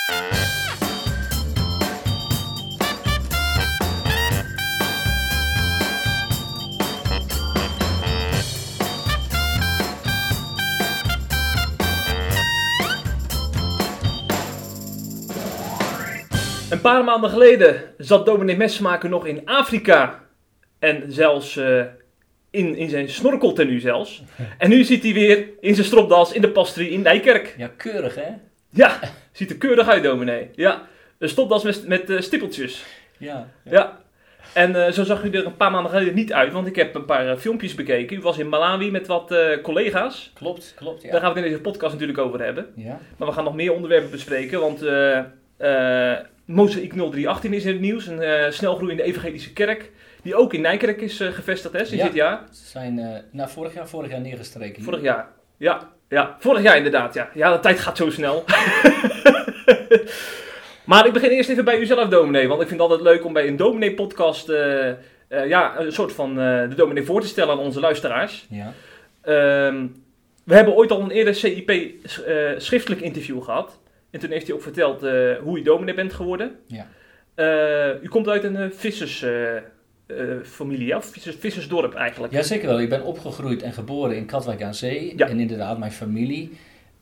Een paar maanden geleden zat dominee Messenmaker nog in Afrika. En zelfs in zijn snorkeltenue zelfs. En nu zit hij weer in zijn stropdas in de pastorie in Nijkerk. Ja, keurig hè? Ja, ziet er keurig uit, dominee. Ja, een stropdas met stippeltjes. Ja. En zo zag u er een paar maanden geleden niet uit, want ik heb een paar filmpjes bekeken. U was in Malawi met wat collega's. Klopt, ja. Daar gaan we het in deze podcast natuurlijk over hebben. Ja. Maar we gaan nog meer onderwerpen bespreken, want Mozaïek 0318 is in het nieuws. Een snelgroeiende evangelische kerk, die ook in Nijkerk is gevestigd hè, sinds dit jaar. Ze zijn vorig jaar neergestreken. Hier. Vorig jaar, ja. Vorig jaar inderdaad, ja. Ja, de tijd gaat zo snel. Maar ik begin eerst even bij uzelf, dominee. Want ik vind het altijd leuk om bij een dominee-podcast een soort van de dominee voor te stellen aan onze luisteraars. Ja. We hebben ooit al een eerder CIP schriftelijk interview gehad. En toen heeft hij ook verteld hoe u dominee bent geworden. Ja. U komt uit een vissersfamilie, of vissersdorp eigenlijk. Ja, zeker wel. Ik ben opgegroeid en geboren in Katwijk aan Zee. Ja. En inderdaad, mijn familie,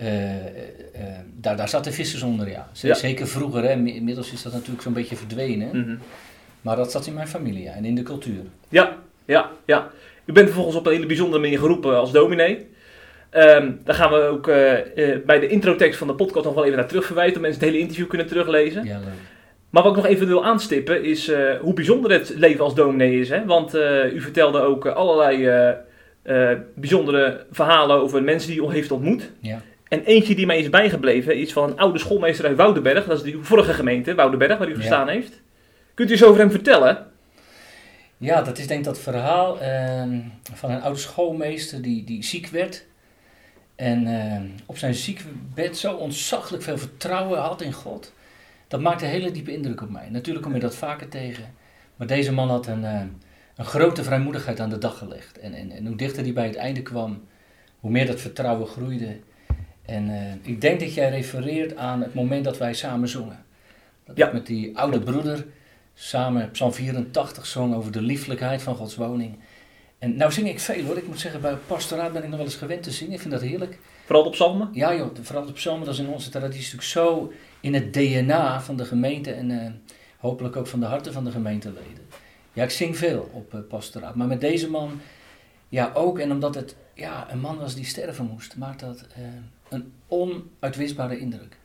daar zaten vissers onder, ja. Zeker vroeger, hè. Inmiddels is dat natuurlijk zo'n beetje verdwenen. Mm-hmm. Maar dat zat in mijn familie, ja. En in de cultuur. Ja. U bent vervolgens op een hele bijzondere manier geroepen als dominee. Daar gaan we ook bij de introtekst van de podcast nog wel even naar terug verwijzen, dat mensen het hele interview kunnen teruglezen. Ja, leuk. Maar wat ik nog even wil aanstippen is hoe bijzonder het leven als dominee is. Hè? Want u vertelde ook allerlei bijzondere verhalen over mensen die u heeft ontmoet. Ja. En eentje die mij is bijgebleven is van een oude schoolmeester uit Woudenberg. Dat is de vorige gemeente, Woudenberg, waar u gestaan heeft. Kunt u eens over hem vertellen? Ja, dat is denk ik dat verhaal van een oude schoolmeester die ziek werd. En op zijn ziekbed zo ontzaglijk veel vertrouwen had in God. Dat maakte een hele diepe indruk op mij. Natuurlijk kom je dat vaker tegen. Maar deze man had een grote vrijmoedigheid aan de dag gelegd. En hoe dichter hij bij het einde kwam, hoe meer dat vertrouwen groeide. En ik denk dat jij refereert aan het moment dat wij samen zongen. Dat ik met die oude broeder samen Psalm 84 zong over de lieflijkheid van Gods woning. En nou zing ik veel hoor. Ik moet zeggen, bij pastoraat ben ik nog wel eens gewend te zingen. Ik vind dat heerlijk. Vooral op psalmen? Ja joh, vooral op psalmen. Dat is in onze traditie natuurlijk zo in het DNA van de gemeente en hopelijk ook van de harten van de gemeenteleden. Ja, ik zing veel op pastoraat. Maar met deze man, ja ook. En omdat het een man was die sterven moest, maakt dat een onuitwisbare indruk.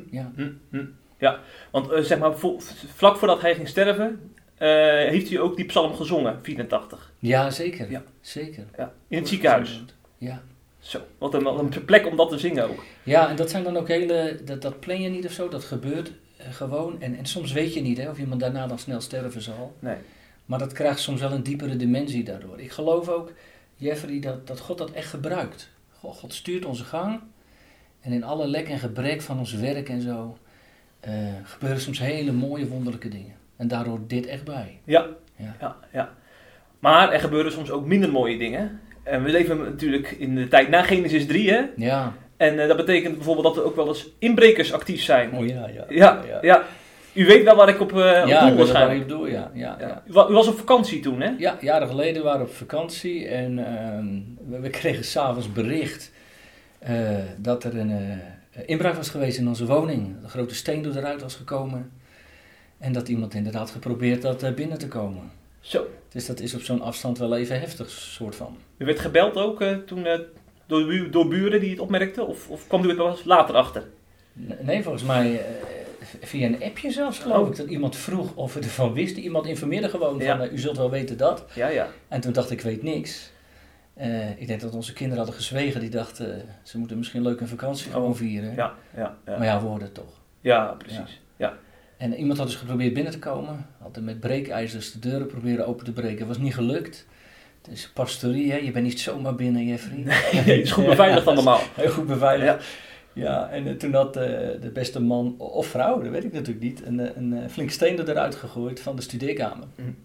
Ja, want zeg maar vlak voordat hij ging sterven, heeft u ook die psalm gezongen, 84? Ja, zeker. Ja. Zeker. Ja. In het ziekenhuis? Ja. Zo, wat een plek om dat te zingen ook. Ja, en dat zijn dan ook dat plan je niet of zo, dat gebeurt gewoon. En soms weet je niet of iemand daarna dan snel sterven zal. Nee. Maar dat krijgt soms wel een diepere dimensie daardoor. Ik geloof ook, Jeffrey, dat God dat echt gebruikt. God stuurt onze gang. En in alle lek en gebrek van ons werk en zo, gebeuren soms hele mooie wonderlijke dingen. En daar hoort dit echt bij. Ja. Maar er gebeuren soms ook minder mooie dingen. En we leven natuurlijk in de tijd na Genesis 3, hè? Ja. En dat betekent bijvoorbeeld dat er ook wel eens inbrekers actief zijn. Oh Ja. U weet wel waar ik op doel waarschijnlijk. Waar ik bedoel, ja. U was op vakantie toen, hè? Ja, jaren geleden waren we op vakantie en we kregen 's avonds bericht dat er een inbraak was geweest in onze woning. Een grote steen eruit was gekomen. En dat iemand inderdaad geprobeerd had binnen te komen. Zo. Dus dat is op zo'n afstand wel even heftig, soort van. U werd gebeld ook toen door buren die het opmerkten? Of kwam u het wel eens later achter? Nee, volgens mij via een appje zelfs geloof ik. Dat iemand vroeg of we ervan wisten. Iemand informeerde gewoon van, u zult wel weten dat. Ja. En toen dacht ik weet niks. Ik denk dat onze kinderen hadden gezwegen. Die dachten, ze moeten misschien leuk een vakantie gewoon vieren. Ja. Maar ja, we hoorden het toch. Ja, precies. Ja. En iemand had dus geprobeerd binnen te komen. Hadden met breekijzers de deuren proberen open te breken. Was niet gelukt. Het is pastorie, hè? Je bent niet zomaar binnen, Jeffrey. Nee, het is goed beveiligd allemaal. Heel goed beveiligd. Ja, en toen had de beste man of vrouw, dat weet ik natuurlijk niet, een flink steen eruit gegooid van de studeerkamer.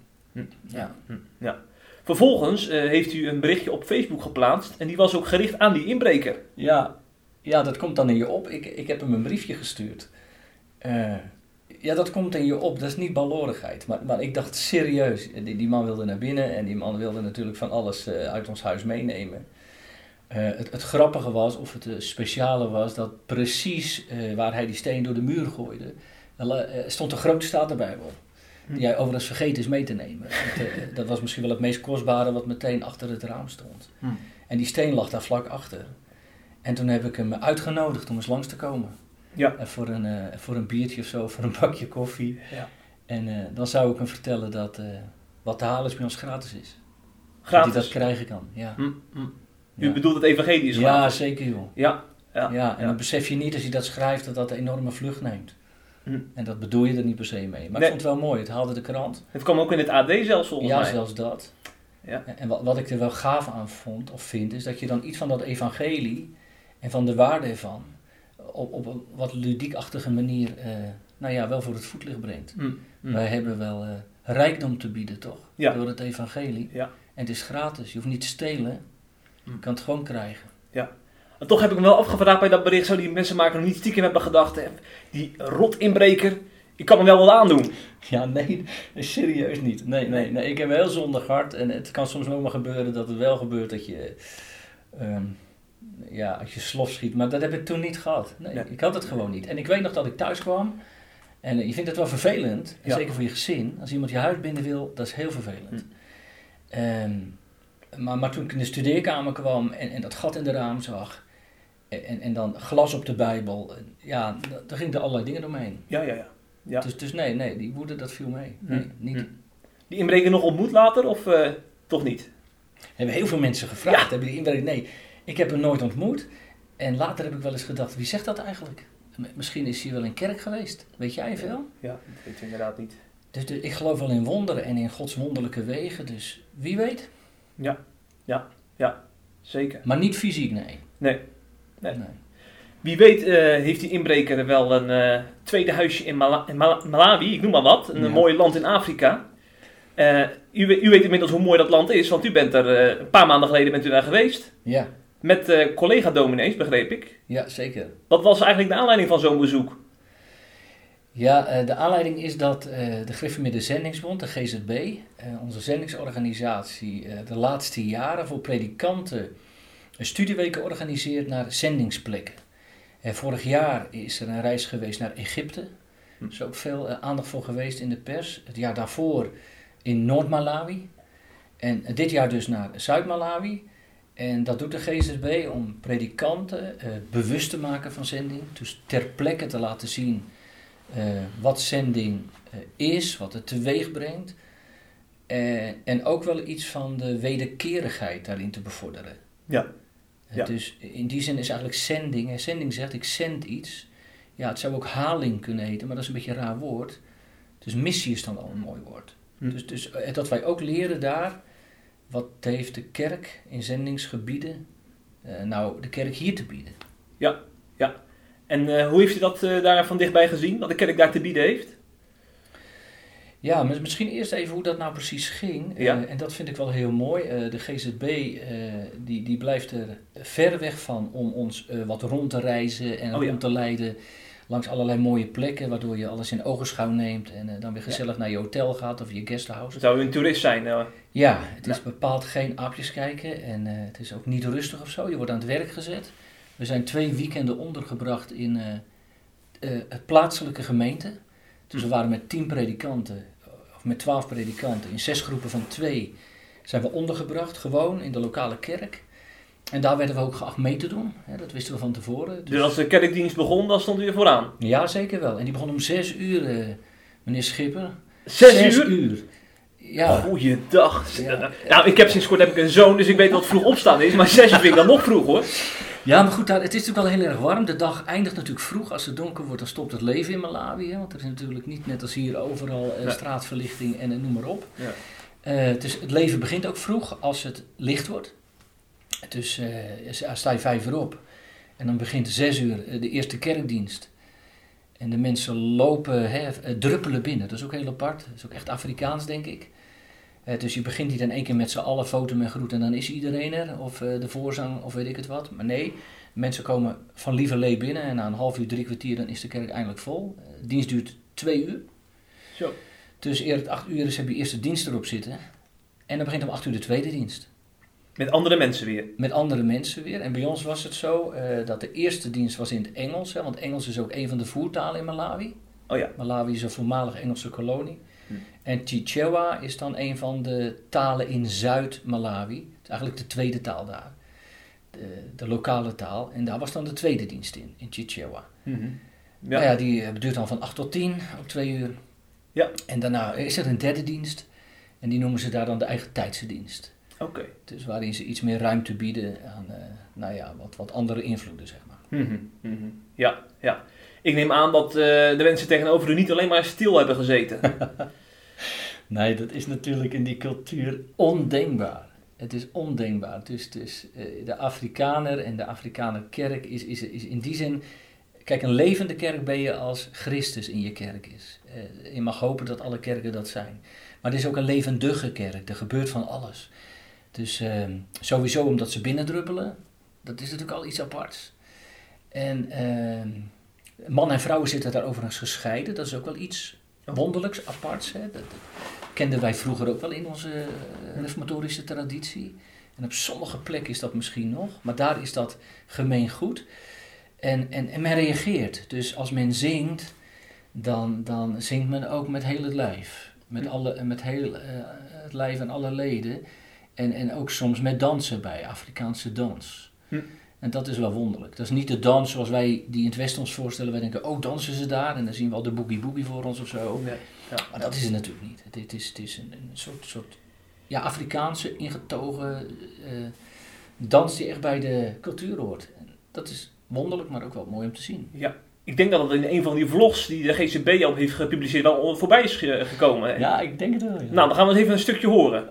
Ja. Vervolgens heeft u een berichtje op Facebook geplaatst en die was ook gericht aan die inbreker. Ja, dat komt dan in je op. Ik heb hem een briefje gestuurd. Ja, dat komt in je op. Dat is niet balorigheid. Maar ik dacht serieus. Die man wilde naar binnen en die man wilde natuurlijk van alles uit ons huis meenemen. Het grappige was, of het speciale was, dat precies waar hij die steen door de muur gooide, stond een grote Statenbijbel. Die hij overigens vergeten is mee te nemen. Dat was misschien wel het meest kostbare wat meteen achter het raam stond. En die steen lag daar vlak achter. En toen heb ik hem uitgenodigd om eens langs te komen. Ja. Voor een biertje of zo, voor een bakje koffie. Ja. En dan zou ik hem vertellen dat wat te halen is bij ons gratis is. Gratis? Dat hij dat krijgen kan, ja. U bedoelt het evangelie is gratis? Ja, zeker joh. Ja. En dan besef je niet als je dat schrijft dat een enorme vlucht neemt. En dat bedoel je er niet per se mee. Maar ik vond het wel mooi, het haalde de krant. Het kwam ook in het AD zelfs volgens mij. Ja, zelfs dat. Ja. En wat ik er wel gaaf aan vond, of vind, is dat je dan iets van dat evangelie en van de waarde ervan op een wat ludiekachtige manier wel voor het voetlicht brengt. Wij hebben wel rijkdom te bieden, toch? Ja. Door het evangelie. Ja. En het is gratis, je hoeft niet te stelen. Je kan het gewoon krijgen. Ja. En toch heb ik me wel afgevraagd bij dat bericht, zou die mensenmaker nog niet stiekem hebben gedacht, die rotinbreker, ik kan hem wel wat aandoen. Ja, nee, serieus niet. Nee, ik heb een heel zondig hart en het kan soms nog maar gebeuren dat het wel gebeurt dat je, als je slof schiet, maar dat heb ik toen niet gehad. Nee, ik had het gewoon niet. En ik weet nog dat ik thuis kwam en je vindt het wel vervelend, en zeker voor je gezin, als iemand je huis binnen wil, dat is heel vervelend. Maar toen ik in de studeerkamer kwam en dat gat in de raam zag, en dan glas op de Bijbel, daar gingen er allerlei dingen doorheen. Ja. Dus nee, die woede, dat viel mee. Nee, niet. Die inbreker nog ontmoet later, of toch niet? Hebben heel veel mensen gevraagd, hebben die inbreker? Nee, ik heb hem nooit ontmoet. En later heb ik wel eens gedacht, wie zegt dat eigenlijk? Misschien is hij wel in kerk geweest. Weet jij veel? Ja, dat weet ik inderdaad niet. Dus ik geloof wel in wonderen en in Gods wonderlijke wegen, dus wie weet? Ja, zeker. Maar niet fysiek, nee. Wie weet heeft die inbreker wel een tweede huisje in Malawi, ik noem maar wat, een mooi land in Afrika. U weet inmiddels hoe mooi dat land is, want u bent er een paar maanden geleden daar geweest. Ja. Met collega-dominees, begreep ik. Ja, zeker. Wat was eigenlijk de aanleiding van zo'n bezoek? Ja, de aanleiding is dat de Gereformeerde Zendingsbond, de GZB, onze zendingsorganisatie, de laatste jaren voor predikanten studieweken organiseert naar zendingsplekken. Vorig jaar is er een reis geweest naar Egypte. Er is ook veel aandacht voor geweest in de pers. Het jaar daarvoor in Noord-Malawi. En dit jaar dus naar Zuid-Malawi. En dat doet de GZB om predikanten bewust te maken van zending. Dus ter plekke te laten zien wat zending is, wat het teweeg brengt. En ook wel iets van de wederkerigheid daarin te bevorderen. Ja. Dus in die zin is eigenlijk zending. En zending zegt, ik zend iets. Ja, het zou ook haling kunnen heten, maar dat is een beetje een raar woord. Dus missie is dan wel een mooi woord. Dus dat wij ook leren daar, wat heeft de kerk in zendingsgebieden, de kerk hier te bieden. Ja. En hoe heeft u dat daar van dichtbij gezien, wat de kerk daar te bieden heeft? Ja, misschien eerst even hoe dat nou precies ging. En dat vind ik wel heel mooi. De GZB die blijft er ver weg van om ons wat rond te reizen en rond te leiden langs allerlei mooie plekken, waardoor je alles in ogenschouw neemt en dan weer gezellig naar je hotel gaat of je guesthouse. Dat zou een toerist zijn. Ja, het is bepaald geen aapjes kijken en het is ook niet rustig of zo. Je wordt aan het werk gezet. We zijn 2 weekenden ondergebracht in het plaatselijke gemeente. Dus we waren met 10 predikanten, of met 12 predikanten, in 6 groepen van 2 zijn we ondergebracht, gewoon in de lokale kerk. En daar werden we ook geacht mee te doen, dat wisten we van tevoren. Dus als de kerkdienst begon, dan stond u er vooraan? Ja, zeker wel. En die begon om 6 uur, meneer Schipper. 6 uur? Ja. Goeiedag. Ja. Nou, ik heb sinds kort een zoon, dus ik weet wat vroeg opstaan is, maar 6 uur vind ik dan nog vroeg hoor. Ja, maar goed, het is natuurlijk wel heel erg warm. De dag eindigt natuurlijk vroeg. Als het donker wordt, dan stopt het leven in Malawi. Want er is natuurlijk niet net als hier overal straatverlichting en noem maar op. Ja. Dus het leven begint ook vroeg als het licht wordt. Dus sta je 5 uur op. En dan begint 6 uur de eerste kerkdienst. En de mensen lopen, druppelen binnen. Dat is ook heel apart. Dat is ook echt Afrikaans, denk ik. Dus je begint niet in één keer met z'n allen foto en groet en dan is iedereen er. Of de voorzang of weet ik het wat. Maar nee, Mensen komen van lieverlee binnen en na een half uur, 3 kwartier, dan is de kerk eindelijk vol. De dienst duurt 2 uur. Zo. Dus eer het 8 uur is, heb je eerst de dienst erop zitten. En dan begint om 8 uur de tweede dienst. Met andere mensen weer. Met andere mensen weer. En bij ons was het zo dat de eerste dienst was in het Engels. Hè, want Engels is ook een van de voertalen in Malawi. Oh ja. Malawi is een voormalig Engelse kolonie. Hm. En Chichewa is dan een van de talen in Zuid-Malawi. Het is eigenlijk de tweede taal daar. De lokale taal. En daar was dan de tweede dienst in Chichewa. Mm-hmm. Ja. Nou ja, die duurt dan van 8 tot 10, ook 2 uur. Ja. En daarna is er een derde dienst. En die noemen ze daar dan de eigen tijdse dienst. Oké. Dus waarin ze iets meer ruimte bieden aan wat andere invloeden, zeg maar. Mm-hmm. Mm-hmm. Ja, ja. Ik neem aan dat de mensen tegenover u niet alleen maar stil hebben gezeten. Nee, dat is natuurlijk in die cultuur ondenkbaar. Het is ondenkbaar. Dus de Afrikaner en de Afrikanerkerk is in die zin... Kijk, een levende kerk ben je als Christus in je kerk is. Je mag hopen dat alle kerken dat zijn. Maar het is ook een levendige kerk. Er gebeurt van alles. Dus sowieso omdat ze binnendruppelen, dat is natuurlijk al iets aparts. En man en vrouwen zitten daar overigens gescheiden. Dat is ook wel iets wonderlijks, aparts. Hè? Dat kenden wij vroeger ook wel in onze reformatorische traditie. En op sommige plekken is dat misschien nog, maar daar is dat gemeengoed. En men reageert. Dus als men zingt, dan zingt men ook met heel het lijf. Met heel het lijf en alle leden. En ook soms met dansen bij, Afrikaanse dans. En dat is wel wonderlijk. Dat is niet de dans zoals wij die in het Westen ons voorstellen. Wij denken, oh, dansen ze daar? En dan zien we al de boogie-boogie voor ons of zo. Nee. Ja. Maar dat is het natuurlijk niet. Het is een soort Afrikaanse ingetogen dans die echt bij de cultuur hoort. En dat is wonderlijk, maar ook wel mooi om te zien. Ja. Ik denk dat het in een van die vlogs die de GCB al heeft gepubliceerd wel voorbij is gekomen. Hè? Ja, ik denk het wel. Ja. Nou, dan gaan we eens even een stukje horen.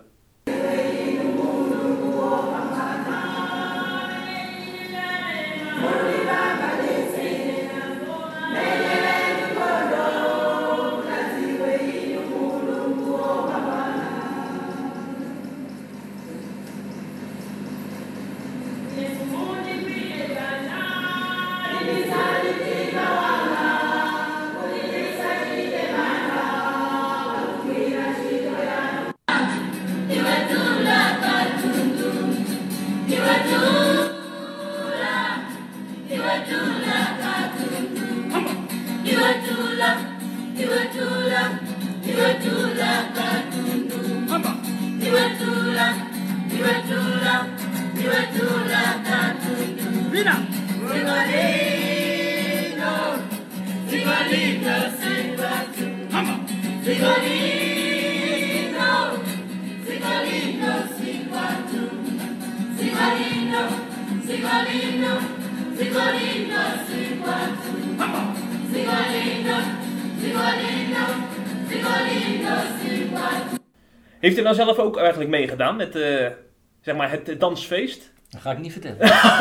Heeft u nou zelf ook eigenlijk meegedaan met zeg maar het dansfeest? Dat ga ik niet vertellen.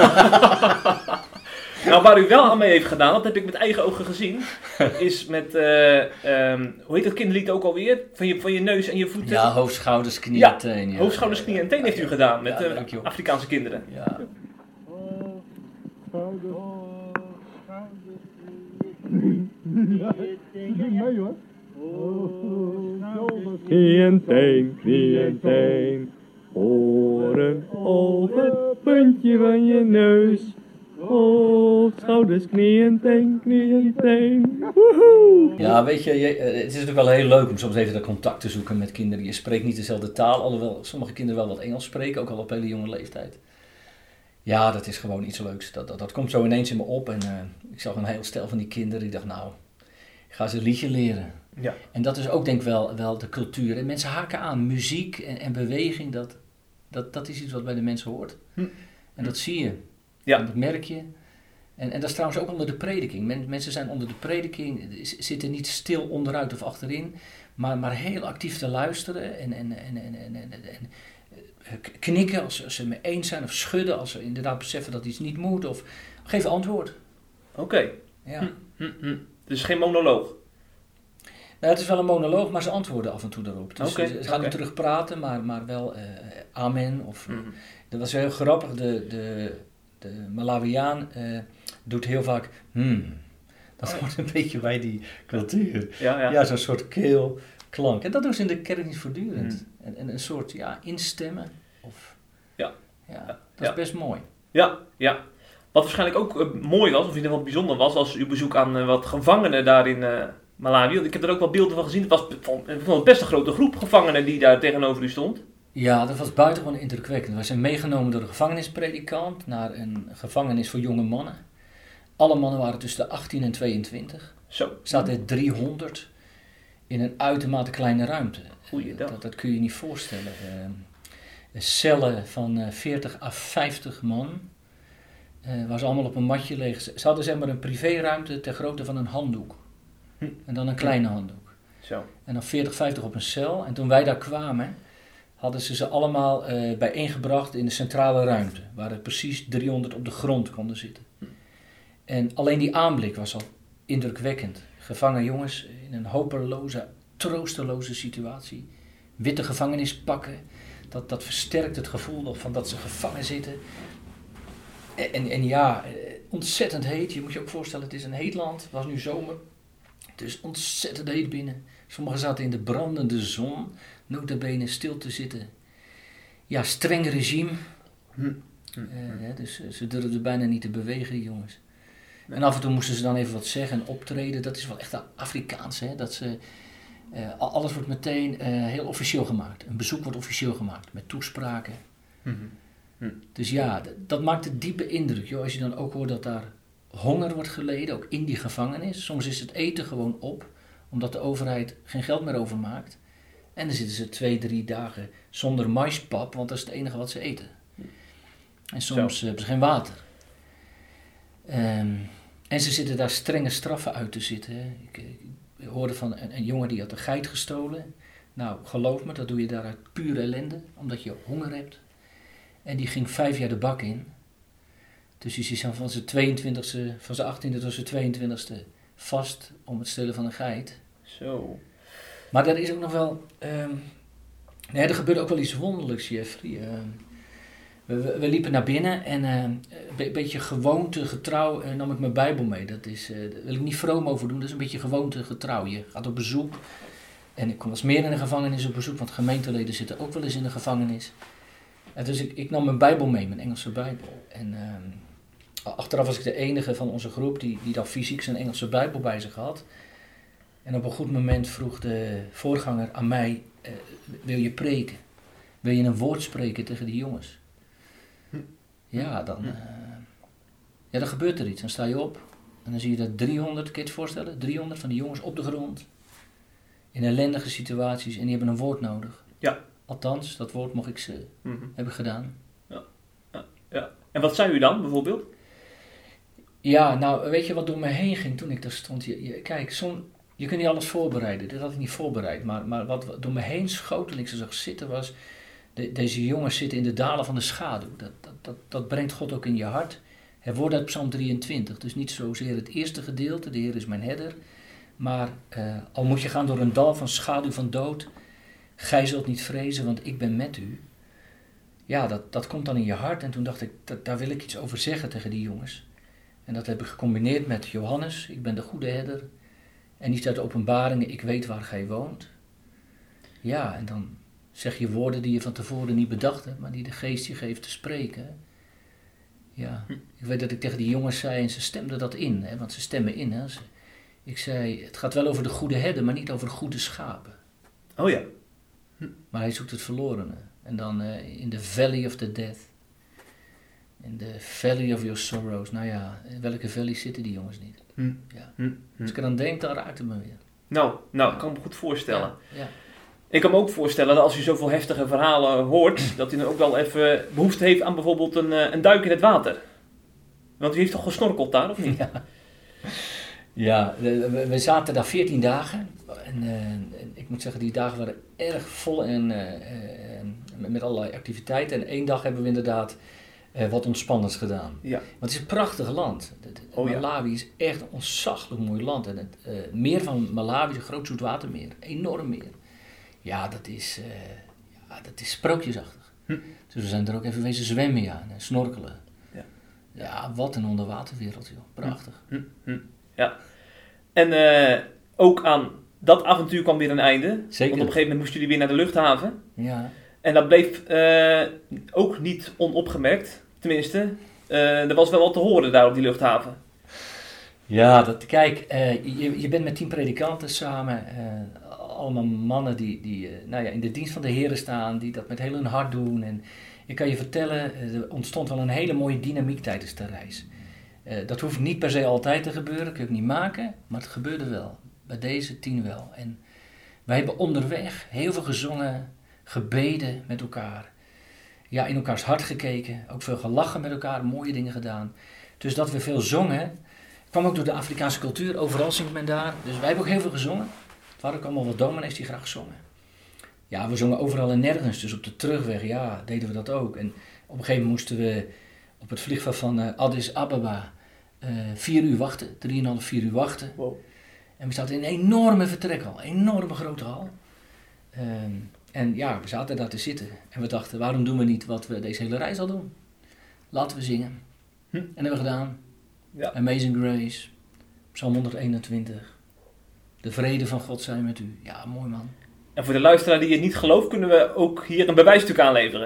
Nou, waar u wel aan mee heeft gedaan, dat heb ik met eigen ogen gezien, is met, hoe heet dat kinderlied ook alweer? Van je neus en je voeten? Ja, hoofd, schouders, knieën en teen. Ja. Hoofd, schouders, knieën en teen heeft u gedaan met Afrikaanse kinderen. Ja. Mee hoor. Knie en teen. Oren, ogen, puntje van je neus. Hoofd, schouders, knie en teen. Woehoe! Ja, weet je, het is natuurlijk wel heel leuk om soms even dat contact te zoeken met kinderen. Je spreekt niet dezelfde taal, alhoewel sommige kinderen wel wat Engels spreken, ook al op hele jonge leeftijd. Ja, dat is gewoon iets leuks. Dat komt zo ineens in me op en ik zag een heel stel van die kinderen. Ik dacht, nou, ik ga ze een liedje leren. Ja. En dat is ook denk ik wel de cultuur. En mensen haken aan. Muziek en beweging, dat is iets wat bij de mensen hoort. En dat zie je. Ja. En dat merk je. En dat is trouwens ook onder de prediking. Mensen zijn onder de prediking, zitten niet stil onderuit of achterin, maar heel actief te luisteren en knikken als ze het mee eens zijn of schudden als ze inderdaad beseffen dat iets niet moet of geven antwoord. Oké. Ja. Dus geen monoloog? Nou, het is wel een monoloog, maar ze antwoorden af en toe daarop. Dus ze gaan niet terug praten, maar wel amen. Of, dat was heel grappig. De De Malawiaan doet heel vaak Dat hoort een beetje bij die cultuur. Ja, zo'n soort keelklank. En dat doen ze in de kerk niet voortdurend. En een soort instemmen. Dat is best mooi. Ja. Wat waarschijnlijk ook mooi was, of in ieder geval bijzonder was, als uw bezoek aan wat gevangenen daar in Malawi. Ik heb er ook wel beelden van gezien. Het was best een grote groep gevangenen die daar tegenover u stond. Ja, dat was buitengewoon indrukwekkend. We zijn meegenomen door een gevangenispredikant naar een gevangenis voor jonge mannen. Alle mannen waren tussen de 18 en 22. Zo. Er zaten er 300 in een uitermate kleine ruimte. Dat kun je je niet voorstellen. Cellen van 40 à 50 man. Waar ze allemaal op een matje liggen. Ze hadden zeg maar een privéruimte ter grootte van een handdoek. En dan een kleine handdoek. Zo. En dan 40, 50 op een cel. En toen wij daar kwamen, hadden ze allemaal bijeengebracht in de centrale ruimte. Waar er precies 300 op de grond konden zitten. En alleen die aanblik was al indrukwekkend. Gevangen jongens in een hopeloze, troosteloze situatie. Witte gevangenispakken. Dat versterkt het gevoel nog van dat ze gevangen zitten. En ja, ontzettend heet. Je moet je ook voorstellen, het is een heet land. Het was nu zomer. Het is ontzettend heet binnen. Sommigen zaten in de brandende zon. Nota bene stil te zitten. Ja, streng regime. Dus ze durfden bijna niet te bewegen, die jongens. En af en toe moesten ze dan even wat zeggen en optreden. Dat is wel echt Afrikaans, hè. Dat ze, alles wordt meteen heel officieel gemaakt. Een bezoek wordt officieel gemaakt, met toespraken. Dus ja, dat maakt een diepe indruk. Joh. Als je dan ook hoort dat daar honger wordt geleden, ook in die gevangenis. Soms is het eten gewoon op, omdat de overheid geen geld meer overmaakt. En dan zitten ze 2-3 dagen zonder maispap, want dat is het enige wat ze eten. En soms hebben ze geen water. En ze zitten daar strenge straffen uit te zitten. Ik hoorde van een jongen die had een geit gestolen. Nou, geloof me, dat doe je daar uit pure ellende, omdat je honger hebt. En die ging 5 jaar de bak in. Dus die is van zijn 18e tot zijn 22e vast om het stelen van een geit. Zo. Maar er is ook nog wel... er gebeurde ook wel iets wonderlijks, Jeffrey. We liepen naar binnen en een beetje gewoontegetrouw nam ik mijn Bijbel mee. Daar wil ik niet vroom over doen, dat is een beetje gewoontegetrouw. Je gaat op bezoek en ik kom wel eens meer in de gevangenis op bezoek, want gemeenteleden zitten ook wel eens in de gevangenis. En dus ik nam mijn Bijbel mee, mijn Engelse Bijbel. En achteraf was ik de enige van onze groep die dan fysiek zijn Engelse Bijbel bij zich had. En op een goed moment vroeg de voorganger aan mij, wil je preken? Wil je een woord spreken tegen die jongens? Ja, dan gebeurt er iets. Dan sta je op en dan zie je dat 300, kun je het voorstellen? 300 van die jongens op de grond. In ellendige situaties en die hebben een woord nodig. Ja. Althans, dat woord mocht ik ze hebben gedaan. Ja. En wat zei u dan bijvoorbeeld? Ja, nou weet je wat door me heen ging toen ik daar stond? Kijk, je kunt niet alles voorbereiden. Dat had ik niet voorbereid. Maar wat door me heen schoot toen ik ze zag zitten was... Deze jongens zitten in de dalen van de schaduw. Dat brengt God ook in je hart. Het woord uit Psalm 23. Dus niet zozeer het eerste gedeelte, de Heer is mijn herder. Maar al moet je gaan door een dal van schaduw van dood. Gij zult niet vrezen, want ik ben met u. Ja, dat komt dan in je hart. En toen dacht ik, daar wil ik iets over zeggen tegen die jongens. En dat heb ik gecombineerd met Johannes, ik ben de goede herder. En niet uit de Openbaringen, ik weet waar gij woont. Ja, en dan zeg je woorden die je van tevoren niet bedacht hebt, maar die de geest je geeft te spreken. Ja, ik weet dat ik tegen die jongens zei en ze stemden dat in, hè, want ze stemmen in. Hè. Ik zei, het gaat wel over de goede herder, maar niet over goede schapen. Oh ja. Maar hij zoekt het verlorene. En dan in the valley of the death. In the valley of your sorrows. Nou ja, in welke valley zitten die jongens niet? Ja. Als ik er aan denk, dan raakt het me weer. Nou, ik kan me goed voorstellen. Ja. Ik kan me ook voorstellen dat als u zoveel heftige verhalen hoort, dat u dan ook wel even behoefte heeft aan bijvoorbeeld een duik in het water. Want u heeft toch gesnorkeld daar, of niet? Ja, we zaten daar 14 dagen. En ik moet zeggen, die dagen waren erg vol en met allerlei activiteiten. En 1 dag hebben we inderdaad wat ontspannends gedaan. Ja. Want het is een prachtig land. Malawi is echt een ontzaglijk mooi land. En het meer van Malawi is een groot zoetwatermeer. Enorm meer. Ja, dat is sprookjesachtig. Dus we zijn er ook even wezen zwemmen, en snorkelen. Ja. Ja, wat een onderwaterwereld, joh. Prachtig. Ja. En ook aan dat avontuur kwam weer een einde. Zeker. Want op een gegeven moment moesten jullie weer naar de luchthaven. Ja. En dat bleef ook niet onopgemerkt. Tenminste, er was wel wat te horen daar op die luchthaven. Ja, kijk, je bent met 10 predikanten samen. Allemaal mannen die in de dienst van de Heer staan. Die dat met heel hun hart doen. En ik kan je vertellen, er ontstond wel een hele mooie dynamiek tijdens de reis. Dat hoeft niet per se altijd te gebeuren. Dat kun je ook niet maken. Maar het gebeurde wel. Bij deze 10 wel. En wij hebben onderweg heel veel gezongen. Gebeden met elkaar. Ja, in elkaars hart gekeken. Ook veel gelachen met elkaar. Mooie dingen gedaan. Dus dat we veel zongen. Kwam ook door de Afrikaanse cultuur. Overal zingt men daar. Dus wij hebben ook heel veel gezongen. Het waren ook allemaal wat dominees die graag zongen. Ja, we zongen overal en nergens. Dus op de terugweg, ja, deden we dat ook. En op een gegeven moment moesten we op het vliegveld van Addis Ababa 4 uur wachten. 3,5, 4 uur wachten. Wow. En we zaten in een enorme vertrekhal. Een enorme grote hal. En ja, we zaten daar te zitten. En we dachten, waarom doen we niet wat we deze hele reis al doen? Laten we zingen. En dat hebben we gedaan. Ja. Amazing Grace. Psalm 121. De vrede van God zij met u. Ja, mooi man. En voor de luisteraar die het niet gelooft, kunnen we ook hier een bewijsstuk aanleveren.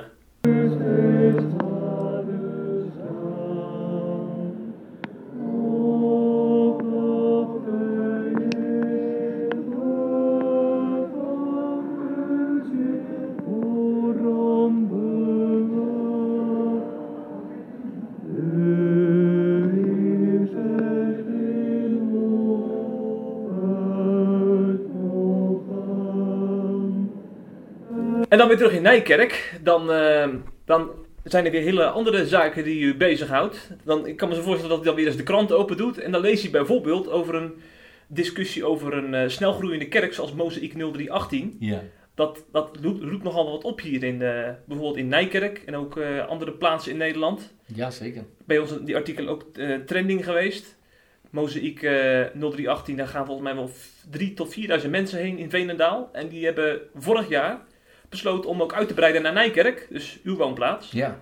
En dan weer terug in Nijkerk, dan zijn er weer hele andere zaken die u bezighoudt. Ik kan me zo voorstellen dat u dan weer eens de krant open doet en dan lees je bijvoorbeeld over een discussie over een snelgroeiende kerk zoals Mozaïek 0318. Ja. Dat roept nogal wat op hier, bijvoorbeeld in Nijkerk en ook andere plaatsen in Nederland. Ja, zeker. Bij ons die artikel ook trending geweest. Mozaïek 0318, daar gaan volgens mij wel 3.000 tot 4.000 mensen heen in Veenendaal. En die hebben vorig jaar besloten om ook uit te breiden naar Nijkerk, dus uw woonplaats. Ja.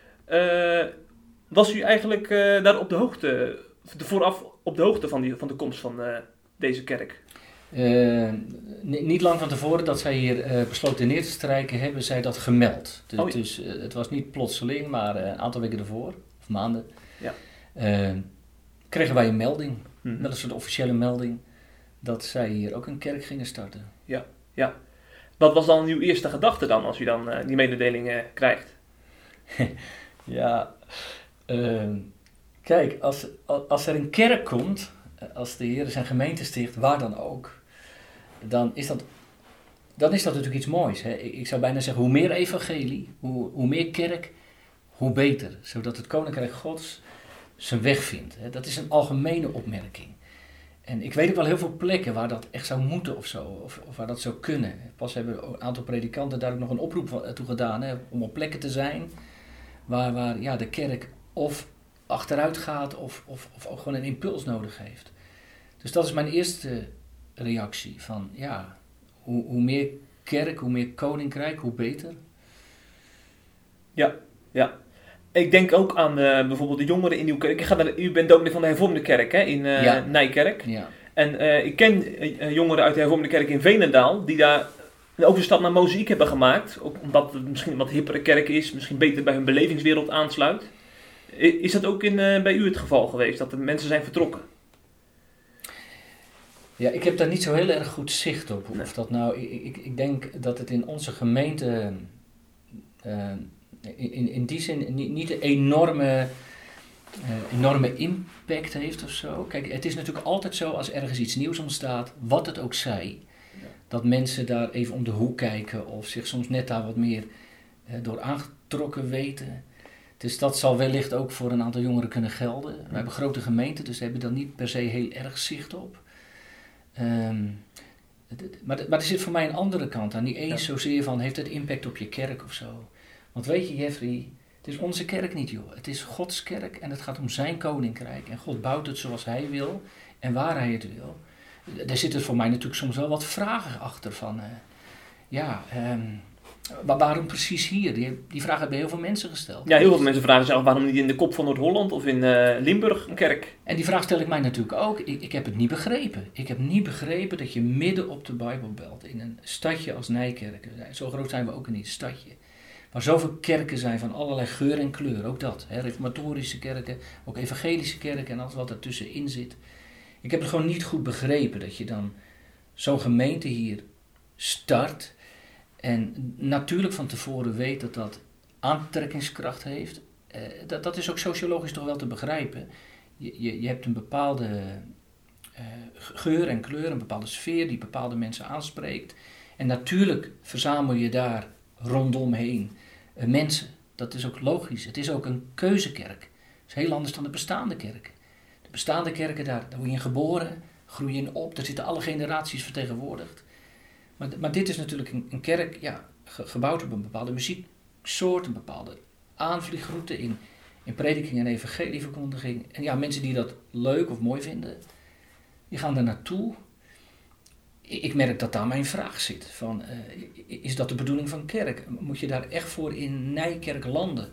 Was u eigenlijk daar op de hoogte, vooraf op de hoogte van de komst van deze kerk? Niet lang van tevoren dat zij hier besloten neer te strijken, hebben zij dat gemeld. Dus het was niet plotseling, maar een aantal weken ervoor, of maanden, ja. Kregen wij een melding, wel een soort officiële melding, dat zij hier ook een kerk gingen starten. Ja, ja. Wat was dan uw eerste gedachte dan, als u dan die mededeling krijgt? Ja, kijk, als er een kerk komt, als de Heer zijn gemeente sticht, waar dan ook, dan is dat natuurlijk iets moois. Hè? Ik zou bijna zeggen, hoe meer evangelie, hoe meer kerk, hoe beter. Zodat het koninkrijk Gods zijn weg vindt. Hè? Dat is een algemene opmerking. En ik weet ook wel heel veel plekken waar dat echt zou moeten of zo, of waar dat zou kunnen. Pas hebben een aantal predikanten daar ook nog een oproep toe gedaan, hè, om op plekken te zijn waar ja, de kerk of achteruit gaat of ook gewoon een impuls nodig heeft. Dus dat is mijn eerste reactie van, ja, hoe meer kerk, hoe meer koninkrijk, hoe beter. Ja, ja. Ik denk ook aan bijvoorbeeld de jongeren in uw kerk. U bent dominee van de hervormde kerk, hè, in Nijkerk. Ja. En ik ken jongeren uit de hervormde kerk in Veenendaal die daar een overstap naar Mozaïek hebben gemaakt. Ook omdat het misschien een wat hippere kerk is, misschien beter bij hun belevingswereld aansluit. Is dat ook bij u het geval geweest, dat de mensen zijn vertrokken? Ja, ik heb daar niet zo heel erg goed zicht op. Of dat nou, ik denk dat het in onze gemeente in die zin niet een enorme impact heeft of zo. Kijk, het is natuurlijk altijd zo als ergens iets nieuws ontstaat, wat het ook zij, dat mensen daar even om de hoek kijken of zich soms net daar wat meer door aangetrokken weten. Dus dat zal wellicht ook voor een aantal jongeren kunnen gelden. We hebben grote gemeenten, dus ze hebben daar niet per se heel erg zicht op. Maar er zit voor mij een andere kant aan. Niet eens zozeer van, heeft het impact op je kerk of zo. Want weet je, Jeffrey, het is onze kerk niet, joh. Het is Gods kerk en het gaat om zijn koninkrijk. En God bouwt het zoals hij wil en waar hij het wil. Daar zitten voor mij natuurlijk soms wel wat vragen achter van, Waarom precies hier? Die vraag hebben heel veel mensen gesteld. Ja, heel veel mensen vragen zich af waarom niet in de kop van Noord-Holland of in Limburg een kerk. En die vraag stel ik mij natuurlijk ook. Ik heb het niet begrepen. Ik heb niet begrepen dat je midden op de Bijbelbelt, in een stadje als Nijkerk, zo groot zijn we ook in dit stadje, waar zoveel kerken zijn van allerlei geur en kleur, ook dat. Reformatorische kerken, ook evangelische kerken en alles wat ertussenin zit. Ik heb het gewoon niet goed begrepen dat je dan zo'n gemeente hier start en natuurlijk van tevoren weet dat dat aantrekkingskracht heeft. Dat is ook sociologisch toch wel te begrijpen. Je hebt een bepaalde geur en kleur, een bepaalde sfeer die bepaalde mensen aanspreekt. En natuurlijk verzamel je daar rondomheen mensen. Dat is ook logisch. Het is ook een keuzekerk. Het is heel anders dan de bestaande kerken. De bestaande kerken, daar word je in geboren, groei je in op. Daar zitten alle generaties vertegenwoordigd. Maar dit is natuurlijk een kerk, gebouwd op een bepaalde muzieksoort, een bepaalde aanvliegroute in prediking en evangelieverkondiging. En mensen die dat leuk of mooi vinden, die gaan daar naartoe. Ik merk dat daar mijn vraag zit. Van, is dat de bedoeling van kerk? Moet je daar echt voor in Nijkerk landen?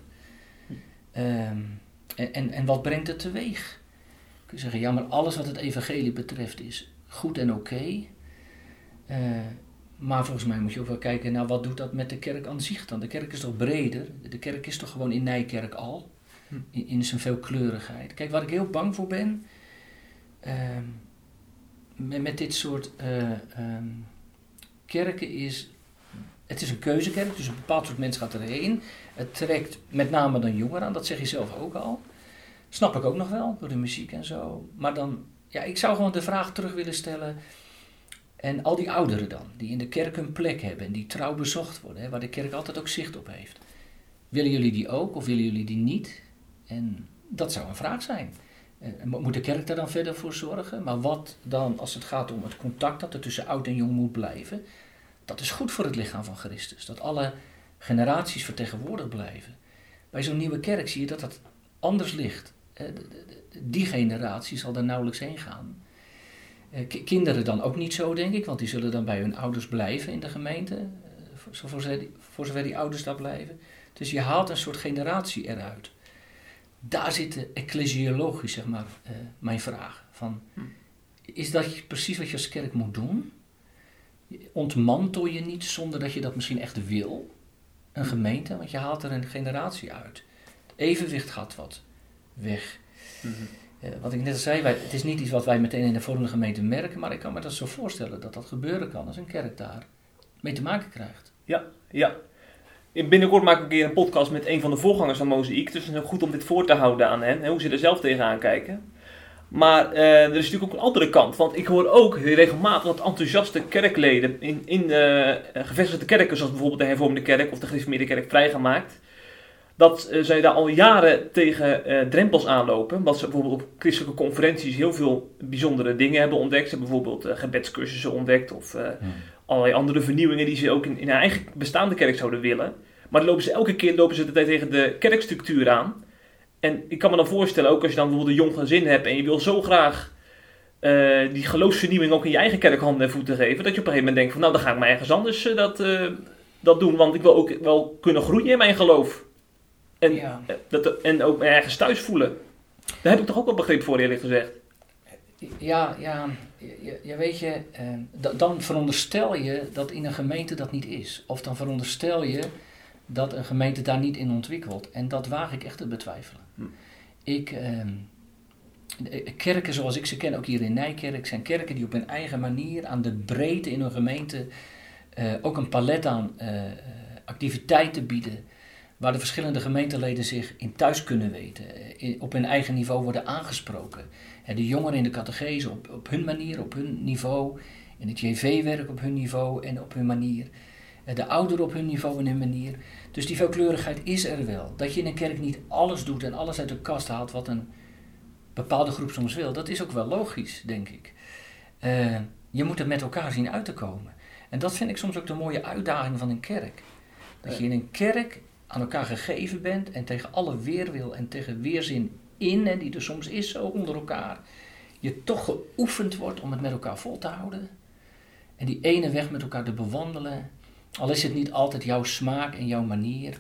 En wat brengt het teweeg? Kun je zeggen, maar alles wat het evangelie betreft is goed en oké. Maar volgens mij moet je ook wel kijken naar wat doet dat met de kerk aan zich dan. De kerk is toch breder? De kerk is toch gewoon in Nijkerk al? In zijn veelkleurigheid. Kijk, waar ik heel bang voor ben, met dit soort kerken is, het is een keuzekerk, dus een bepaald soort mensen gaat erheen. Het trekt met name dan jongeren aan, dat zeg je zelf ook al. Snap ik ook nog wel, door de muziek en zo. Maar dan, ik zou gewoon de vraag terug willen stellen. En al die ouderen dan, die in de kerk een plek hebben en die trouw bezocht worden, waar de kerk altijd ook zicht op heeft. Willen jullie die ook of willen jullie die niet? En dat zou een vraag zijn. Moet de kerk daar dan verder voor zorgen? Maar wat dan als het gaat om het contact dat er tussen oud en jong moet blijven? Dat is goed voor het lichaam van Christus. Dat alle generaties vertegenwoordigd blijven. Bij zo'n nieuwe kerk zie je dat dat anders ligt. Die generatie zal daar nauwelijks heen gaan. Kinderen dan ook niet zo, denk ik, want die zullen dan bij hun ouders blijven in de gemeente, voor zover die ouders daar blijven. Dus je haalt een soort generatie eruit. Daar zit ecclesiologisch, zeg maar, mijn vraag. Van, is dat precies wat je als kerk moet doen? Ontmantel je niet zonder dat je dat misschien echt wil, een gemeente, want je haalt er een generatie uit. Het evenwicht gaat wat weg. Wat ik net al zei, het is niet iets wat wij meteen in de vormende gemeente merken, maar ik kan me dat zo voorstellen dat dat gebeuren kan als een kerk daar mee te maken krijgt. Ja. Binnenkort maak ik een keer een podcast met een van de voorgangers van Mozaïek, dus het is goed om dit voor te houden aan hen en hoe ze er zelf tegenaan kijken. Maar er is natuurlijk ook een andere kant, want ik hoor ook regelmatig dat enthousiaste kerkleden in de gevestigde kerken, zoals bijvoorbeeld de hervormde kerk of de gereformeerde kerk, vrijgemaakt, dat zij daar al jaren tegen drempels aanlopen. Want ze bijvoorbeeld op christelijke conferenties heel veel bijzondere dingen hebben ontdekt. Ze hebben bijvoorbeeld gebedscursussen ontdekt of allerlei andere vernieuwingen die ze ook in hun eigen bestaande kerk zouden willen. Maar dan elke keer lopen ze tegen de kerkstructuur aan. En ik kan me dan voorstellen, ook als je dan bijvoorbeeld een jong gezin hebt en je wil zo graag die geloofsvernieuwing ook in je eigen kerk handen en voeten geven, dat je op een gegeven moment denkt van dan ga ik maar ergens anders dat doen, want ik wil ook wel kunnen groeien in mijn geloof. En ook me ergens thuis voelen. Daar heb ik toch ook wel begrip voor, eerlijk gezegd. Ja, weet je, dan veronderstel je dat in een gemeente dat niet is. Of dan veronderstel je dat een gemeente daar niet in ontwikkelt. En dat waag ik echt te betwijfelen. Kerken zoals ik ze ken, ook hier in Nijkerk, zijn kerken die op hun eigen manier aan de breedte in hun gemeente ook een palet aan activiteiten bieden, waar de verschillende gemeenteleden zich in thuis kunnen weten, op hun eigen niveau worden aangesproken. De jongeren in de catechese op hun manier, op hun niveau, in het JV-werk op hun niveau en op hun manier. De ouderen op hun niveau en hun manier. Dus die veelkleurigheid is er wel. Dat je in een kerk niet alles doet en alles uit de kast haalt wat een bepaalde groep soms wil, dat is ook wel logisch, denk ik. Je moet er met elkaar zien uit te komen. En dat vind ik soms ook de mooie uitdaging van een kerk. Dat je in een kerk aan elkaar gegeven bent en tegen alle weerwil en tegen weerzin in, en die er soms is zo onder elkaar, je toch geoefend wordt om het met elkaar vol te houden. En die ene weg met elkaar te bewandelen. Al is het niet altijd jouw smaak en jouw manier.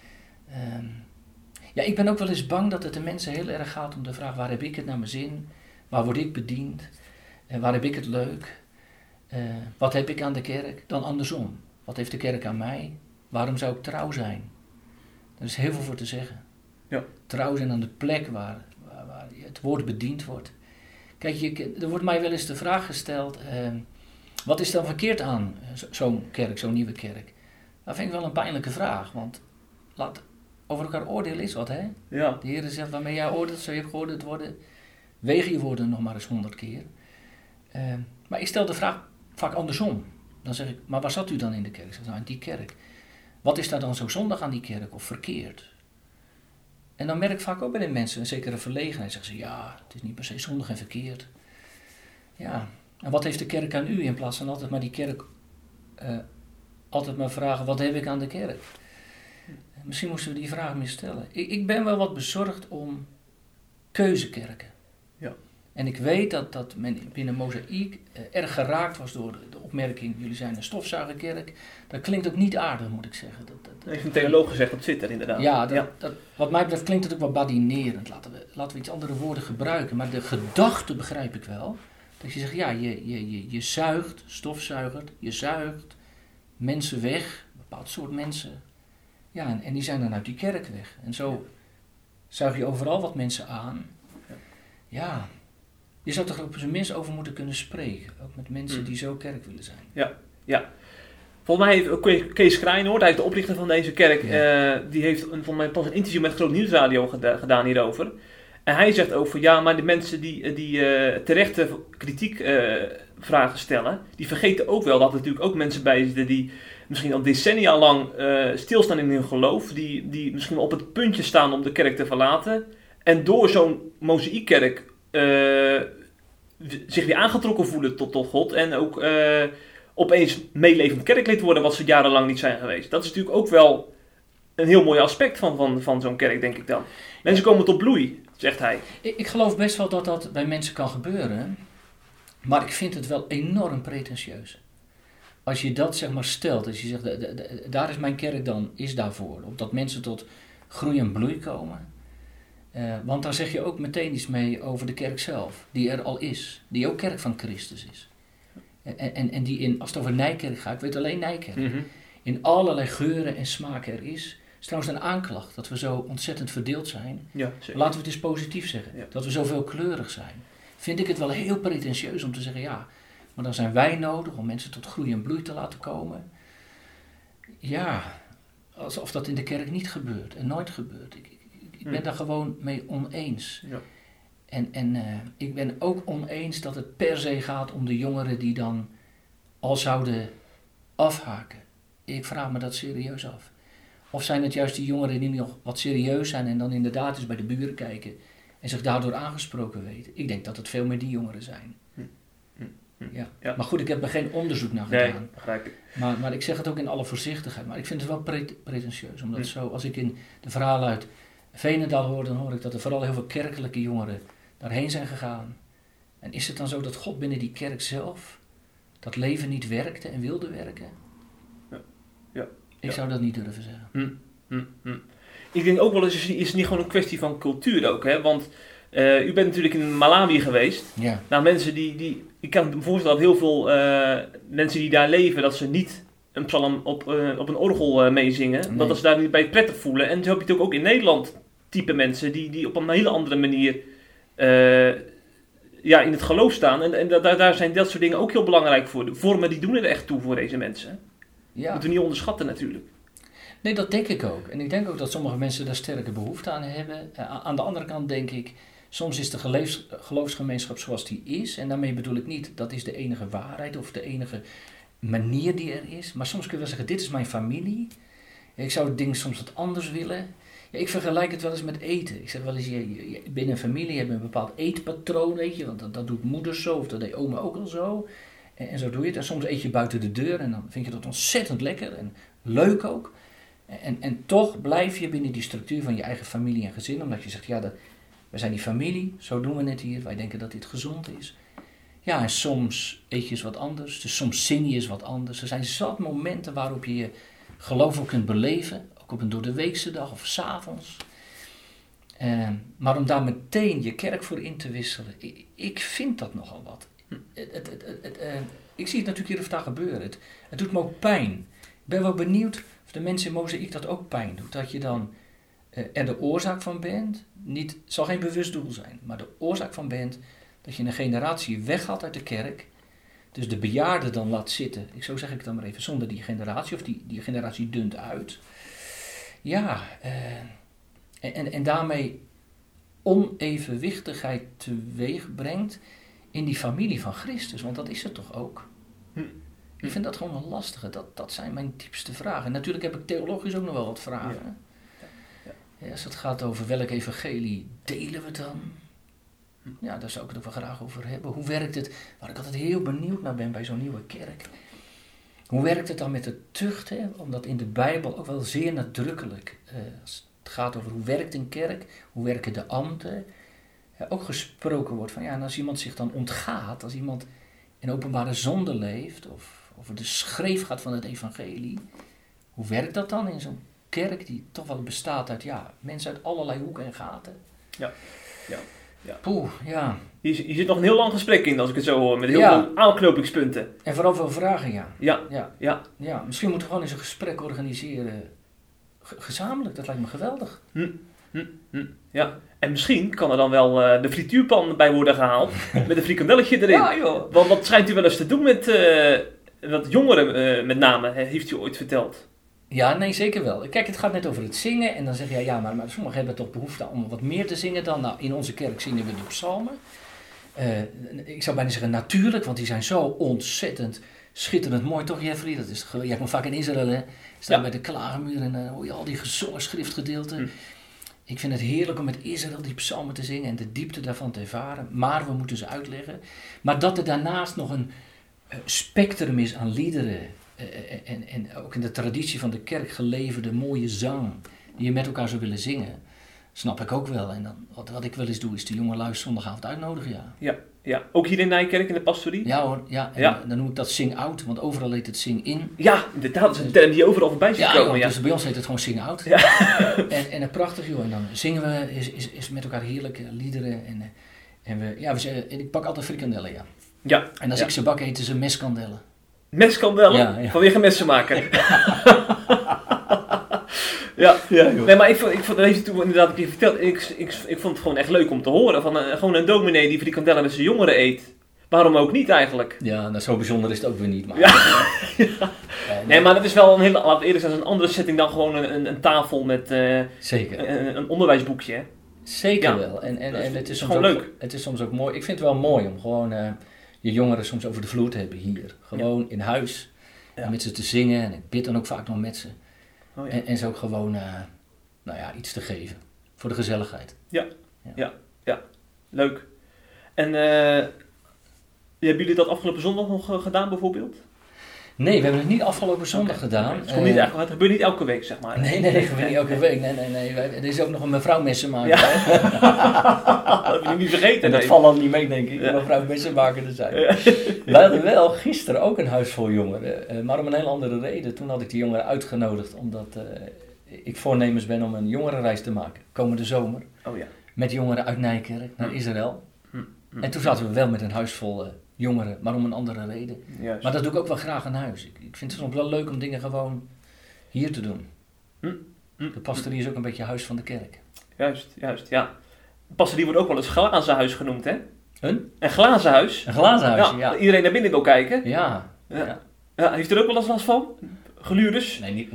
Ja, ik ben ook wel eens bang dat het de mensen heel erg gaat om de vraag: waar heb ik het naar mijn zin? Waar word ik bediend? Waar heb ik het leuk? Wat heb ik aan de kerk? Dan andersom. Wat heeft de kerk aan mij? Waarom zou ik trouw zijn? Er is heel veel voor te zeggen. Ja. Trouw zijn aan de plek waar het woord bediend wordt. Kijk, er wordt mij wel eens de vraag gesteld: wat is dan verkeerd aan zo'n kerk, zo'n nieuwe kerk? Dat vind ik wel een pijnlijke vraag, want over elkaar oordelen is wat, hè? Ja. De Heer zegt: waarmee jij oordeelt, zou je geoordeeld worden. Weeg je woorden nog maar eens 100 keer. Maar ik stel de vraag vaak andersom. Dan zeg ik: maar waar zat u dan in de kerk? Ik zeg: nou, in die kerk. Wat is daar dan zo zondig aan die kerk of verkeerd? En dan merk ik vaak ook bij de mensen een zekere verlegenheid. Zeggen ze: ja, het is niet per se zondig en verkeerd. Ja, en wat heeft de kerk aan u? In plaats van altijd maar die kerk, altijd maar vragen: wat heb ik aan de kerk? Misschien moesten we die vraag meer stellen. Ik ben wel wat bezorgd om keuzekerken. Ja. En ik weet dat men binnen Mozaïek erg geraakt was door de opmerking: jullie zijn een stofzuigerkerk. Dat klinkt ook niet aardig, moet ik zeggen. Dat heeft een theoloog gezegd, dat zit er inderdaad. Ja, wat mij betreft klinkt het ook wel badinerend. Laten we iets andere woorden gebruiken. Maar de gedachte begrijp ik wel. Dat je zegt: ja, je zuigt, stofzuigert, je zuigt mensen weg, een bepaald soort mensen. Ja, en die zijn dan uit die kerk weg. En zo zuig je overal wat mensen aan. Ja, je zou toch op zijn minst over moeten kunnen spreken. Ook met mensen die zo kerk willen zijn. Ja. Volgens mij heeft Kees Kraaienoord, hij is de oprichter van deze kerk, die heeft volgens mij pas een interview met Groot Nieuwsradio gedaan hierover. En hij zegt over: ja, maar de mensen die terechte kritiek vragen stellen, die vergeten ook wel dat er natuurlijk ook mensen bij zitten die misschien al decennia lang stilstaan in hun geloof, die misschien op het puntje staan om de kerk te verlaten. En door zo'n Mozaïekkerk zich weer aangetrokken voelen tot God. En ook opeens meelevend kerklid worden, wat ze jarenlang niet zijn geweest. Dat is natuurlijk ook wel een heel mooi aspect van zo'n kerk, denk ik dan. Mensen komen tot bloei, zegt hij. Ik geloof best wel dat dat bij mensen kan gebeuren. Maar ik vind het wel enorm pretentieus. Als je dat zeg maar stelt, als je zegt: daar is mijn kerk dan, is daarvoor. Opdat mensen tot groei en bloei komen. Want dan zeg je ook meteen iets mee over de kerk zelf, die er al is, die ook kerk van Christus is. En die als het over Nijkerk gaat, ik weet alleen Nijkerk, in allerlei geuren en smaken er is. Het is trouwens een aanklacht dat we zo ontzettend verdeeld zijn. Ja, zeker. Laten we het eens positief zeggen, dat we zo veelkleurig zijn. Vind ik het wel heel pretentieus om te zeggen: ja, maar dan zijn wij nodig om mensen tot groei en bloei te laten komen. Ja, alsof dat in de kerk niet gebeurt en nooit gebeurt. Ik ben daar gewoon mee oneens. Ja. En ik ben ook oneens dat het per se gaat om de jongeren die dan al zouden afhaken. Ik vraag me dat serieus af. Of zijn het juist die jongeren die nog wat serieus zijn en dan inderdaad eens bij de buren kijken en zich daardoor aangesproken weten. Ik denk dat het veel meer die jongeren zijn. Ja. Maar goed, ik heb er geen onderzoek naar gedaan. Nee, begrijp ik. Maar ik zeg het ook in alle voorzichtigheid. Maar ik vind het wel pretentieus. Omdat zo, als ik in de verhalen uit Veenendaal hoor, dan hoor ik dat er vooral heel veel kerkelijke jongeren daarheen zijn gegaan. En is het dan zo dat God binnen die kerk zelf dat leven niet werkte en wilde werken? Ja. Ik zou dat niet durven zeggen. Ik denk ook wel eens, is het niet gewoon een kwestie van cultuur ook, hè? Want u bent natuurlijk in Malawi geweest. Ja. Nou, mensen ik kan me voorstellen dat heel veel mensen die daar leven, dat ze niet een psalm op een orgel meezingen. Nee. Dat ze daar niet bij prettig voelen. En zo heb je natuurlijk ook in Nederland type mensen die op een hele andere manier in het geloof staan. En daar zijn dat soort dingen ook heel belangrijk voor. De vormen die doen er echt toe voor deze mensen. Ja. Moeten we niet onderschatten natuurlijk. Nee, dat denk ik ook. En ik denk ook dat sommige mensen daar sterke behoefte aan hebben. Aan de andere kant denk ik, soms is de geloofsgemeenschap zoals die is. En daarmee bedoel ik niet, dat is de enige waarheid of de enige manier die er is. Maar soms kun je wel zeggen, dit is mijn familie. Ik zou het ding soms wat anders willen. Ja, ik vergelijk het wel eens met eten. Ik zeg wel eens, binnen een familie hebben we een bepaald eetpatroon, weet je. Want dat doet moeder zo, of dat deed oma ook al zo. En zo doe je het. En soms eet je buiten de deur en dan vind je dat ontzettend lekker en leuk ook. En toch blijf je binnen die structuur van je eigen familie en gezin. Omdat je zegt, we zijn die familie, zo doen we het hier. Wij denken dat dit gezond is. Ja, en soms eet je eens wat anders. Dus soms zing je eens wat anders. Er zijn zat momenten waarop je je geloof ook kunt beleven. Ook op een doordeweekse dag of 's avonds. Maar om daar meteen je kerk voor in te wisselen. Ik vind dat nogal wat. Ik zie het natuurlijk hier of daar gebeuren. Het doet me ook pijn. Ik ben wel benieuwd of de mensen in Mozaïek dat ook pijn doet. Dat je dan er de oorzaak van bent. Het zal geen bewust doel zijn. Maar de oorzaak van bent dat je een generatie weghaalt uit de kerk. Dus de bejaarden dan laat zitten. Zo zeg ik het dan maar even. Zonder die generatie. Of die generatie dunt uit. Ja. En daarmee onevenwichtigheid teweeg brengt in die familie van Christus. Want dat is het toch ook? Ik vind dat gewoon een lastige. Dat zijn mijn diepste vragen. En natuurlijk heb ik theologisch ook nog wel wat vragen. Ja, als het gaat over welk evangelie delen we dan? Ja, daar zou ik het ook wel graag over hebben. Hoe werkt het? Waar ik altijd heel benieuwd naar ben bij zo'n nieuwe kerk. Hoe werkt het dan met de tucht? Hè? Omdat in de Bijbel ook wel zeer nadrukkelijk, als het gaat over hoe werkt een kerk, hoe werken de ambten, ook gesproken wordt van ja, en als iemand zich dan ontgaat, als iemand in openbare zonde leeft, of over de schreef gaat van het evangelie, hoe werkt dat dan in zo'n kerk die toch wel bestaat uit mensen uit allerlei hoeken en gaten? Ja. Poeh, ja. Hier zit nog een heel lang gesprek in, als ik het zo hoor, met heel veel aanknopingspunten. En vooral veel vragen, Ja. Misschien moeten we gewoon eens een gesprek organiseren, gezamenlijk, dat lijkt me geweldig. Ja, en misschien kan er dan wel de frituurpan bij worden gehaald, met een frikandelletje erin. Ja, joh. Want dat schijnt u wel eens te doen met wat jongeren met name, heeft u ooit verteld. Ja, nee, zeker wel. Kijk, het gaat net over het zingen. En dan zeg je, maar sommigen hebben toch behoefte om wat meer te zingen dan. Nou, in onze kerk zingen we de psalmen. Ik zou bijna zeggen natuurlijk, want die zijn zo ontzettend schitterend mooi, toch Jeffrey? Jij komt vaak in Israël, hè? Staan bij de klagermuur en dan hoor je al die gezongen schriftgedeelten. Ik vind het heerlijk om met Israël die psalmen te zingen en de diepte daarvan te ervaren. Maar we moeten ze uitleggen. Maar dat er daarnaast nog een spectrum is aan liederen. En ook in de traditie van de kerk geleverde mooie zang die je met elkaar zou willen zingen, snap ik ook wel. En dan, wat ik wel eens doe, is de jongelui zondagavond uitnodigen, Ja. Ook hier in Nijkerk in de pastorie? Ja hoor, en dan noem ik dat sing-out, want overal heet het sing-in. Ja, inderdaad, dat is een term die overal voorbij zit komen. Dus bij ons heet het gewoon sing-out. Ja. En het prachtig joh, en dan zingen we, is met elkaar heerlijke liederen. Ik pak altijd frikandellen, Ja. En als ik ze bak, eten ze meskandellen. Meskandellen? Ja. Vanwege messen maken. Ja. Joh. Nee, maar ik vond dat heeft u toen inderdaad een keer verteld. Ik vond het gewoon echt leuk om te horen. Van gewoon een dominee die frikandellen met zijn jongeren eet. Waarom ook niet eigenlijk? Ja, nou zo bijzonder is het ook weer niet. Maar nee, maar dat is wel een hele, laat eerlijk zijn, een andere setting dan gewoon een tafel met Zeker. Een onderwijsboekje. Hè? Zeker wel. En het is soms gewoon ook leuk. Het is soms ook mooi. Ik vind het wel mooi om gewoon je jongeren soms over de vloer te hebben hier. Gewoon in huis. Ja. Met ze te zingen. En ik bid dan ook vaak nog met ze. Oh, ja. En ze ook gewoon iets te geven. Voor de gezelligheid. Ja. Leuk. En hebben jullie dat afgelopen zondag nog gedaan bijvoorbeeld? Nee, we hebben het niet afgelopen zondag gedaan. Het gebeurt niet elke week, zeg maar. Nee, dat gebeurt niet elke week. Nee. Er is ook nog een mevrouw Messenmaker. Ja. Dat heb je niet vergeten. En dat valt al niet mee, denk ik. Een mevrouw Messenmaker te zijn. Ja. We hadden wel gisteren ook een huis vol jongeren. Maar om een heel andere reden. Toen had ik die jongeren uitgenodigd. Omdat ik voornemens ben om een jongerenreis te maken. Komende zomer. Oh ja. Met jongeren uit Nijkerk naar Israël. En toen zaten we wel met een huis vol jongeren, maar om een andere reden. Juist. Maar dat doe ik ook wel graag aan huis. Ik vind het soms wel leuk om dingen gewoon hier te doen. De pastorie is ook een beetje huis van de kerk. Juist, ja. De pastorie wordt ook wel eens glazen huis genoemd, hè? Een glazen huis. Een glazen huis, ja. Iedereen naar binnen wil kijken. Ja. Heeft u er ook wel eens last van? Geluurders? Nee, niet.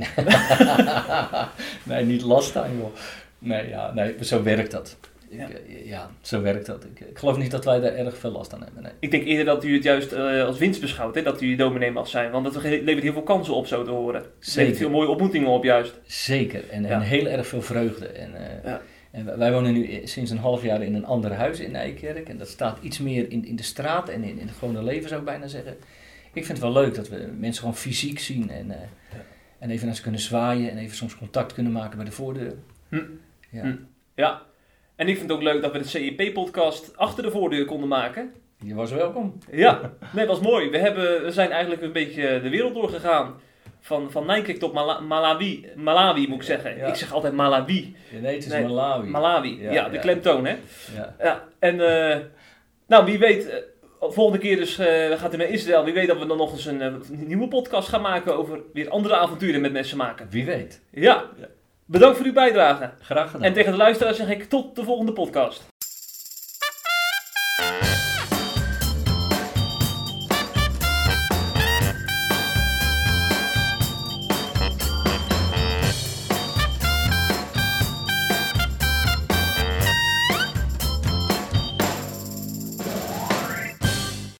Nee, niet last aan, joh. Nee, zo werkt dat. Zo werkt dat. Ik geloof niet dat wij daar erg veel last aan hebben. Nee. Ik denk eerder dat u het juist als winst beschouwt, hè, dat u dominee mag zijn. Want dat levert heel veel kansen op, zo te horen. Het levert veel mooie ontmoetingen op, juist. Zeker. En heel erg veel vreugde. En wij wonen nu sinds een half jaar in een ander huis in Nijkerk. En dat staat iets meer in de straat en in het gewone leven, zou ik bijna zeggen. Ik vind het wel leuk dat we mensen gewoon fysiek zien. En even naar ze kunnen zwaaien. En even soms contact kunnen maken bij de voordeur. Ja. En ik vind het ook leuk dat we de CEP-podcast achter de voordeur konden maken. Je was welkom. Ja, nee, was mooi. We zijn eigenlijk een beetje de wereld doorgegaan. Van Nijkerk tot Malawi moet ik zeggen. Ja. Ik zeg altijd Malawi. Nee, het is Malawi. Malawi, ja, de klemtoon, hè. Ja. En nou, wie weet, volgende keer dus gaat u naar Israël. Wie weet dat we dan nog eens een nieuwe podcast gaan maken over weer andere avonturen met mensen maken. Wie weet. Ja, bedankt voor uw bijdrage. Graag gedaan. En tegen de luisteraars zeg ik tot de volgende podcast.